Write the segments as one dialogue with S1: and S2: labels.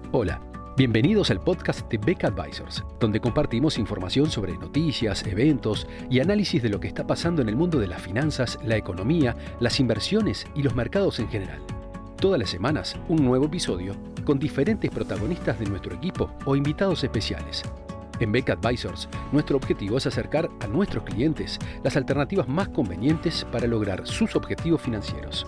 S1: Hola, bienvenidos al podcast de Beck Advisors, donde compartimos información sobre noticias, eventos y análisis de lo que está pasando en el mundo de las finanzas, la economía, las inversiones y los mercados en general. Todas las semanas, un nuevo episodio con diferentes protagonistas de nuestro equipo o invitados especiales. En Beck Advisors, nuestro objetivo es acercar a nuestros clientes las alternativas más convenientes para lograr sus objetivos financieros.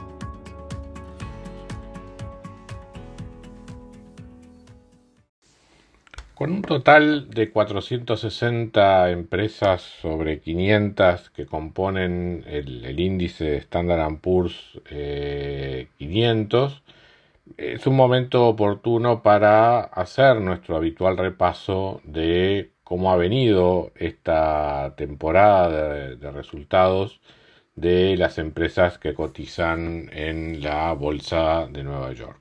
S2: Con un total de 460 empresas sobre 500 que componen el índice Standard & Poor's 500, es un momento oportuno para hacer nuestro habitual repaso de cómo ha venido esta temporada de resultados de las empresas que cotizan en la Bolsa de Nueva York.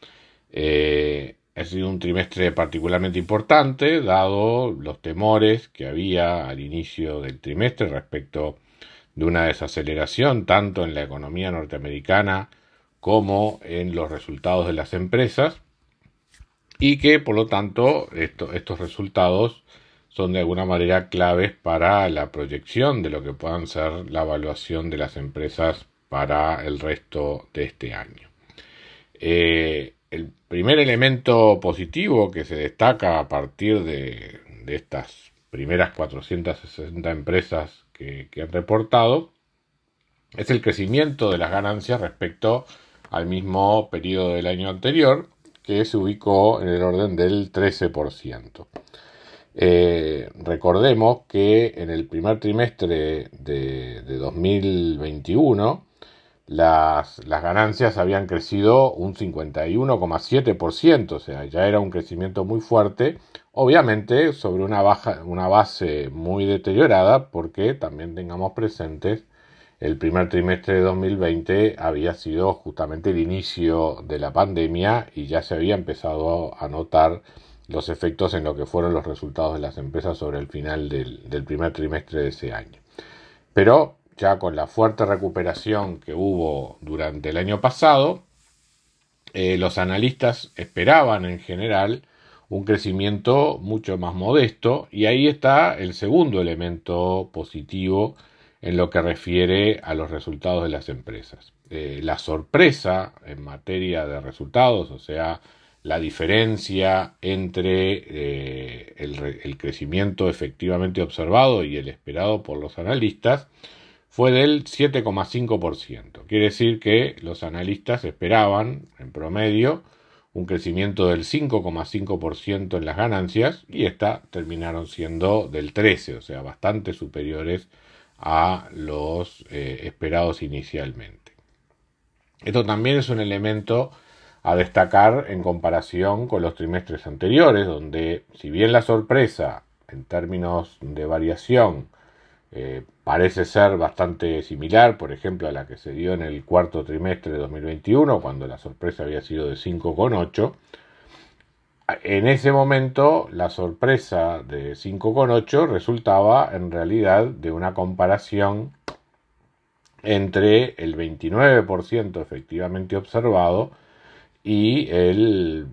S2: Ha sido un trimestre particularmente importante, dado los temores que había al inicio del trimestre respecto de una desaceleración tanto en la economía norteamericana como en los resultados de las empresas, y que por lo tanto estos resultados son de alguna manera claves para la proyección de lo que puedan ser la evaluación de las empresas para el resto de este año. El primer elemento positivo que se destaca a partir de estas primeras 460 empresas que han reportado es el crecimiento de las ganancias respecto al mismo periodo del año anterior, que se ubicó en el orden del 13%. Recordemos que en el primer trimestre de 2021 las ganancias habían crecido un 51,7%, o sea, ya era un crecimiento muy fuerte, obviamente sobre una base muy deteriorada, porque también tengamos presentes el primer trimestre de 2020 había sido justamente el inicio de la pandemia y ya se había empezado a notar los efectos en lo que fueron los resultados de las empresas sobre el final del primer trimestre de ese año. Pero ya con la fuerte recuperación que hubo durante el año pasado, los analistas esperaban en general un crecimiento mucho más modesto, y ahí está el segundo elemento positivo en lo que refiere a los resultados de las empresas. La sorpresa en materia de resultados, o sea, la diferencia entre el crecimiento efectivamente observado y el esperado por los analistas, fue del 7,5%. Quiere decir que los analistas esperaban, en promedio, un crecimiento del 5,5% en las ganancias, y terminaron siendo del 13%, o sea, bastante superiores a los esperados inicialmente. Esto también es un elemento a destacar en comparación con los trimestres anteriores, donde si bien la sorpresa en términos de variación parece ser bastante similar, por ejemplo, a la que se dio en el cuarto trimestre de 2021, cuando la sorpresa había sido de 5,8. En ese momento, la sorpresa de 5,8 resultaba en realidad de una comparación entre el 29% efectivamente observado y el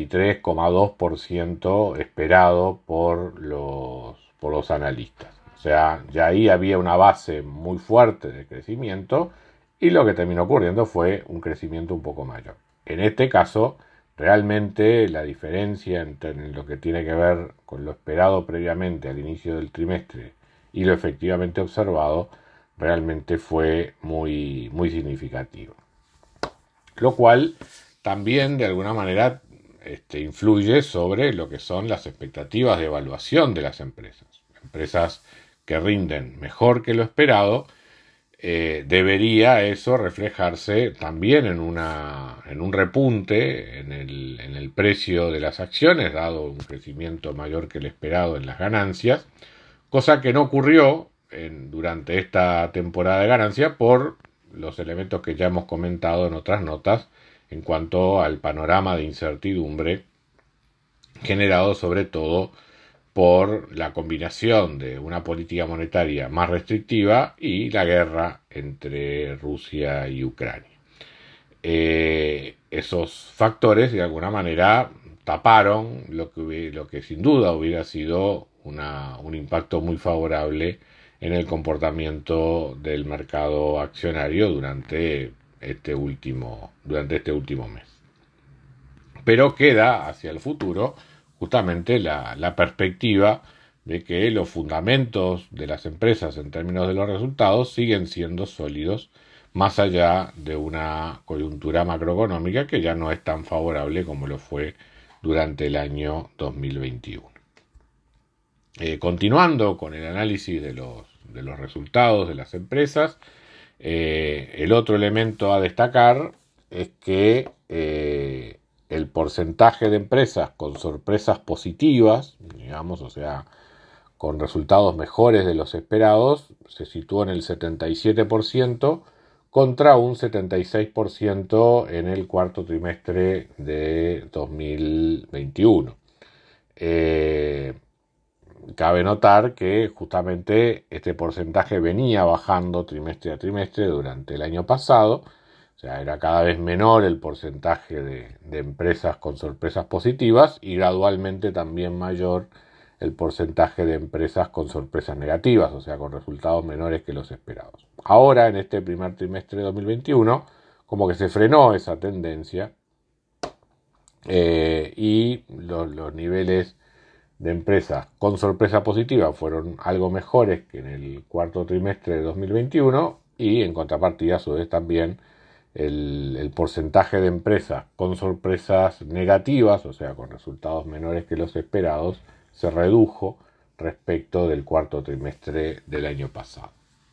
S2: 23,2% esperado por los analistas. O sea, ya ahí había una base muy fuerte de crecimiento, y lo que terminó ocurriendo fue un crecimiento un poco mayor. En este caso, realmente la diferencia entre lo que tiene que ver con lo esperado previamente al inicio del trimestre y lo efectivamente observado realmente fue muy, muy significativo. Lo cual también de alguna manera influye sobre lo que son las expectativas de evaluación de las empresas. Empresas que rinden mejor que lo esperado, debería eso reflejarse también en un repunte en el precio de las acciones, dado un crecimiento mayor que el esperado en las ganancias, cosa que no ocurrió durante esta temporada de ganancia por los elementos que ya hemos comentado en otras notas en cuanto al panorama de incertidumbre generado sobre todo por la combinación de una política monetaria más restrictiva y la guerra entre Rusia y Ucrania. Esos factores de alguna manera taparon lo que sin duda hubiera sido un impacto muy favorable en el comportamiento del mercado accionario durante este último mes. Pero queda hacia el futuro justamente la perspectiva de que los fundamentos de las empresas en términos de los resultados siguen siendo sólidos más allá de una coyuntura macroeconómica que ya no es tan favorable como lo fue durante el año 2021. Continuando con el análisis de los resultados de las empresas, el otro elemento a destacar es que el porcentaje de empresas con sorpresas positivas, digamos, o sea, con resultados mejores de los esperados, se situó en el 77% contra un 76% en el cuarto trimestre de 2021. Cabe notar que justamente este porcentaje venía bajando trimestre a trimestre durante el año pasado, o sea, era cada vez menor el porcentaje de empresas con sorpresas positivas y gradualmente también mayor el porcentaje de empresas con sorpresas negativas, o sea, con resultados menores que los esperados. Ahora, en este primer trimestre de 2021, como que se frenó esa tendencia y los niveles de empresas con sorpresa positiva fueron algo mejores que en el cuarto trimestre de 2021 y en contrapartida a su vez también el porcentaje de empresas con sorpresas negativas, o sea, con resultados menores que los esperados, se redujo respecto del cuarto trimestre del año pasado.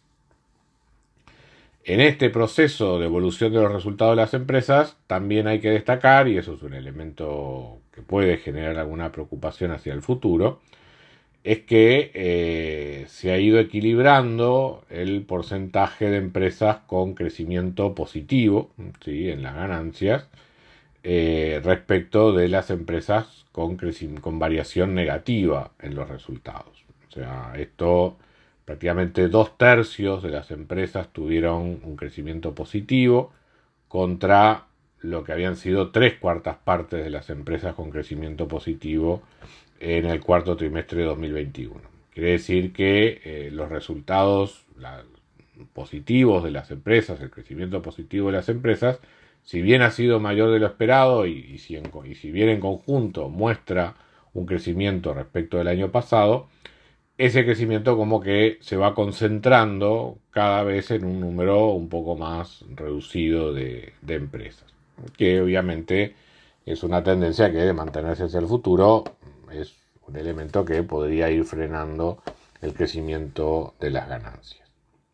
S2: En este proceso de evolución de los resultados de las empresas también hay que destacar, y eso es un elemento que puede generar alguna preocupación hacia el futuro, es que se ha ido equilibrando el porcentaje de empresas con crecimiento positivo, ¿sí?, en las ganancias respecto de las empresas con variación negativa en los resultados. O sea, esto prácticamente 2/3 de las empresas tuvieron un crecimiento positivo contra lo que habían sido 3/4 de las empresas con crecimiento positivo en el cuarto trimestre de 2021. Quiere decir que los resultados positivos de las empresas, el crecimiento positivo de las empresas, si bien ha sido mayor de lo esperado y si bien en conjunto muestra un crecimiento respecto del año pasado, ese crecimiento como que se va concentrando cada vez en un número un poco más reducido de empresas, que obviamente es una tendencia que de mantenerse hacia el futuro es un elemento que podría ir frenando el crecimiento de las ganancias.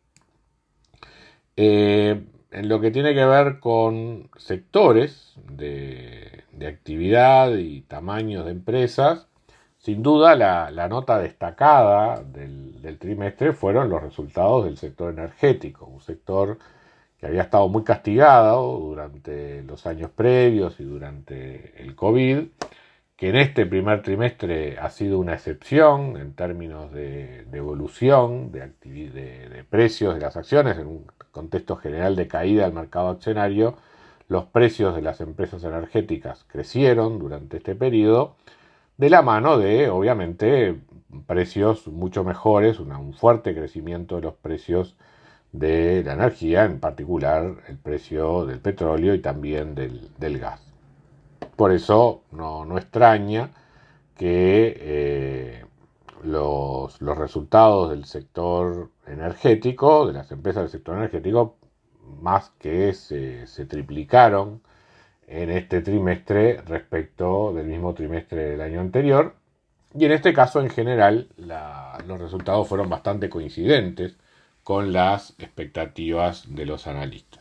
S2: En lo que tiene que ver con sectores de actividad y tamaños de empresas, sin duda la nota destacada del trimestre fueron los resultados del sector energético, un sector que había estado muy castigado durante los años previos y durante el COVID, que en este primer trimestre ha sido una excepción en términos de evolución de precios de las acciones. En un contexto general de caída del mercado accionario, los precios de las empresas energéticas crecieron durante este periodo, de la mano de, obviamente, precios mucho mejores, un fuerte crecimiento de los precios de la energía, en particular el precio del petróleo y también del gas. Por eso no extraña que los resultados del sector energético, de las empresas del sector energético, más que se triplicaron en este trimestre respecto del mismo trimestre del año anterior. Y en este caso, en general, los resultados fueron bastante coincidentes con las expectativas de los analistas.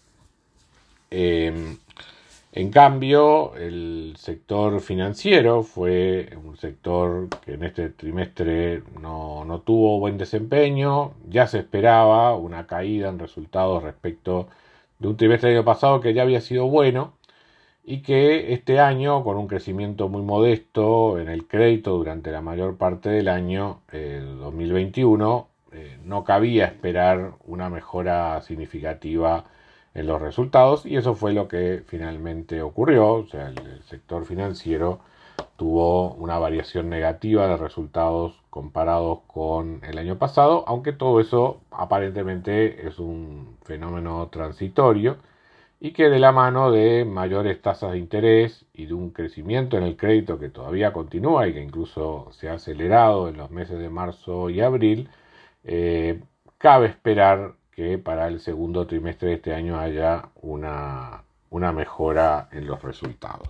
S2: En cambio, el sector financiero fue un sector que en este trimestre no tuvo buen desempeño. Ya se esperaba una caída en resultados respecto de un trimestre del año pasado que ya había sido bueno y que este año, con un crecimiento muy modesto en el crédito durante la mayor parte del año 2021, no cabía esperar una mejora significativa en los resultados, y eso fue lo que finalmente ocurrió. O sea, el sector financiero tuvo una variación negativa de resultados comparados con el año pasado, aunque todo eso aparentemente es un fenómeno transitorio y que de la mano de mayores tasas de interés y de un crecimiento en el crédito que todavía continúa y que incluso se ha acelerado en los meses de marzo y abril, eh, cabe esperar que para el segundo trimestre de este año haya una mejora en los resultados.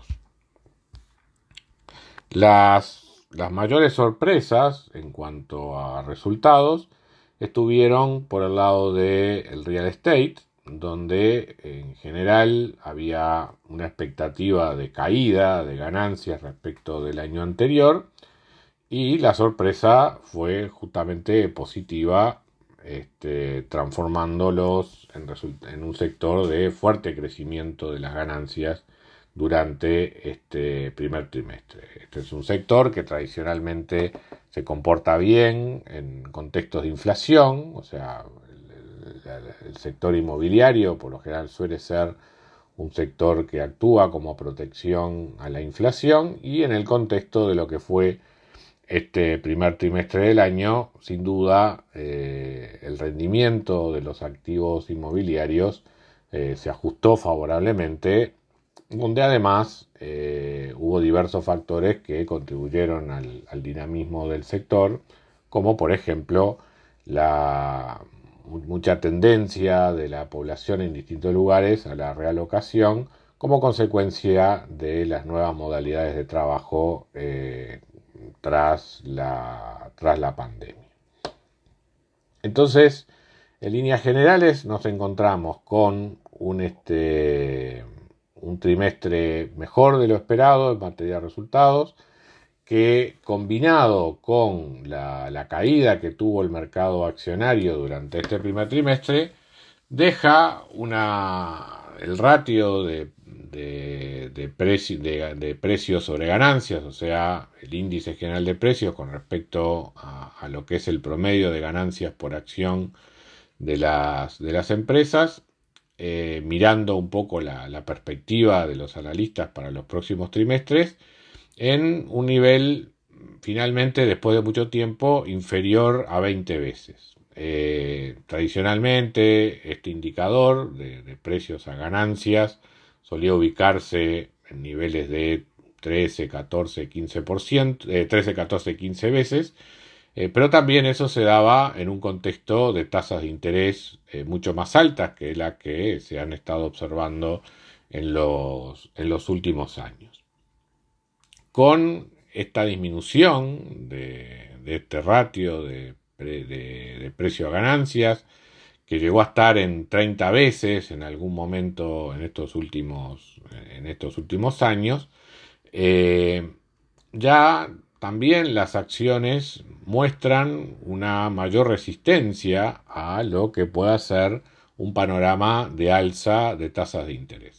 S2: Las mayores sorpresas en cuanto a resultados estuvieron por el lado del real estate, donde en general había una expectativa de caída de ganancias respecto del año anterior, y la sorpresa fue justamente positiva, transformándolos en un sector de fuerte crecimiento de las ganancias durante este primer trimestre. Este es un sector que tradicionalmente se comporta bien en contextos de inflación. O sea, el sector inmobiliario por lo general suele ser un sector que actúa como protección a la inflación, y en el contexto de lo que fue este primer trimestre del año, sin duda, el rendimiento de los activos inmobiliarios se ajustó favorablemente, donde además hubo diversos factores que contribuyeron al dinamismo del sector, como por ejemplo la mucha tendencia de la población en distintos lugares a la realocación como consecuencia de las nuevas modalidades de trabajo tras la pandemia. Entonces, en líneas generales nos encontramos con un trimestre mejor de lo esperado en materia de resultados, que combinado con la caída que tuvo el mercado accionario durante este primer trimestre, deja el ratio de precios sobre ganancias, o sea, el índice general de precios con respecto a lo que es el promedio de ganancias por acción de las empresas, mirando un poco la perspectiva de los analistas para los próximos trimestres, en un nivel finalmente, después de mucho tiempo, inferior a 20 veces. Tradicionalmente, este indicador de precios a ganancias solía ubicarse en niveles de 13, 14, 15%, 13, 14, 15 veces, pero también eso se daba en un contexto de tasas de interés mucho más altas que la que se han estado observando en los últimos años. Con esta disminución de este ratio de precio a ganancias, que llegó a estar en 30 veces en algún momento en estos últimos años, ya también las acciones muestran una mayor resistencia a lo que pueda ser un panorama de alza de tasas de interés.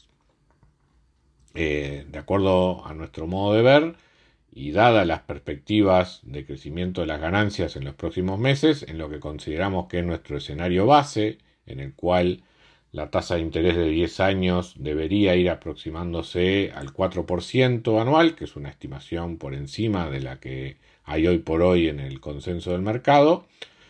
S2: De acuerdo a nuestro modo de ver, y dadas las perspectivas de crecimiento de las ganancias en los próximos meses, en lo que consideramos que es nuestro escenario base, en el cual la tasa de interés de 10 años debería ir aproximándose al 4% anual, que es una estimación por encima de la que hay hoy por hoy en el consenso del mercado,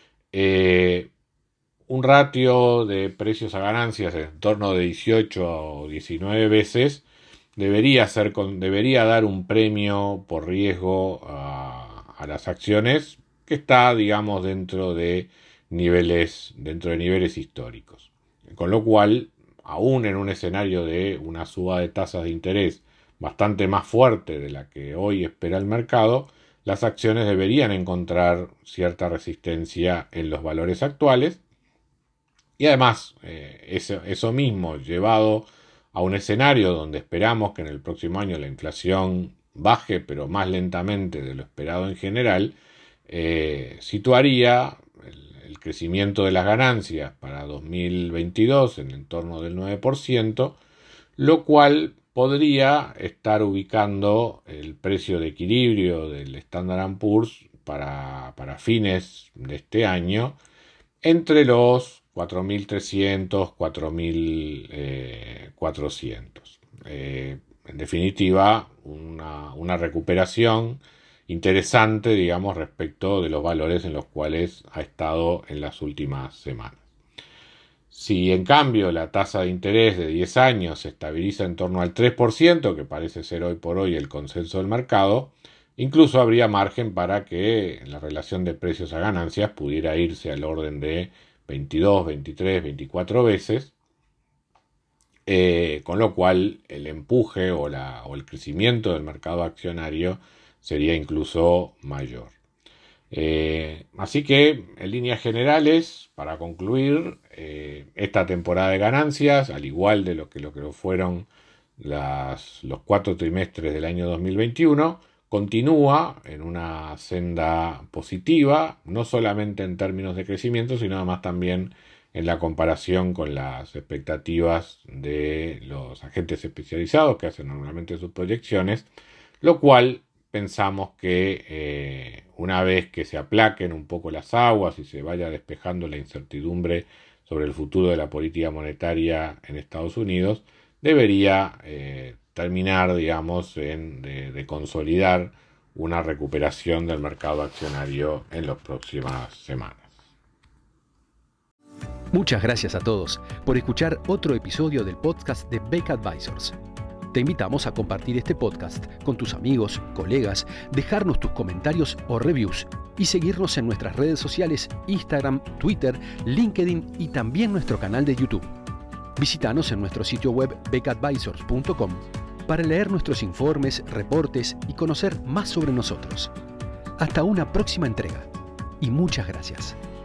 S2: un ratio de precios a ganancias en torno de 18 o 19 veces debería dar un premio por riesgo a las acciones que está, digamos, dentro de niveles históricos. Con lo cual, aún en un escenario de una suba de tasas de interés bastante más fuerte de la que hoy espera el mercado, las acciones deberían encontrar cierta resistencia en los valores actuales. Y además, eso mismo llevado a un escenario donde esperamos que en el próximo año la inflación baje, pero más lentamente de lo esperado en general, situaría el crecimiento de las ganancias para 2022 en el entorno del 9%, lo cual podría estar ubicando el precio de equilibrio del Standard & Poor's para fines de este año entre los 4.300, 4.400. En definitiva, una recuperación interesante, digamos, respecto de los valores en los cuales ha estado en las últimas semanas. Si en cambio la tasa de interés de 10 años se estabiliza en torno al 3%, que parece ser hoy por hoy el consenso del mercado, incluso habría margen para que la relación de precios a ganancias pudiera irse al orden de 22, 23, 24 veces, con lo cual el empuje o el crecimiento del mercado accionario sería incluso mayor. Así que, en líneas generales, para concluir, esta temporada de ganancias, al igual de lo que lo fueron los 4 trimestres del año 2021, continúa en una senda positiva, no solamente en términos de crecimiento, sino además también en la comparación con las expectativas de los agentes especializados que hacen normalmente sus proyecciones, lo cual pensamos que una vez que se aplaquen un poco las aguas y se vaya despejando la incertidumbre sobre el futuro de la política monetaria en Estados Unidos, debería terminar, digamos, de consolidar una recuperación del mercado accionario en las próximas semanas.
S1: Muchas gracias a todos por escuchar otro episodio del podcast de Beck Advisors. Te invitamos a compartir este podcast con tus amigos, colegas, dejarnos tus comentarios o reviews y seguirnos en nuestras redes sociales Instagram, Twitter, LinkedIn y también nuestro canal de YouTube. Visítanos en nuestro sitio web beckadvisors.com para leer nuestros informes, reportes y conocer más sobre nosotros. Hasta una próxima entrega y muchas gracias.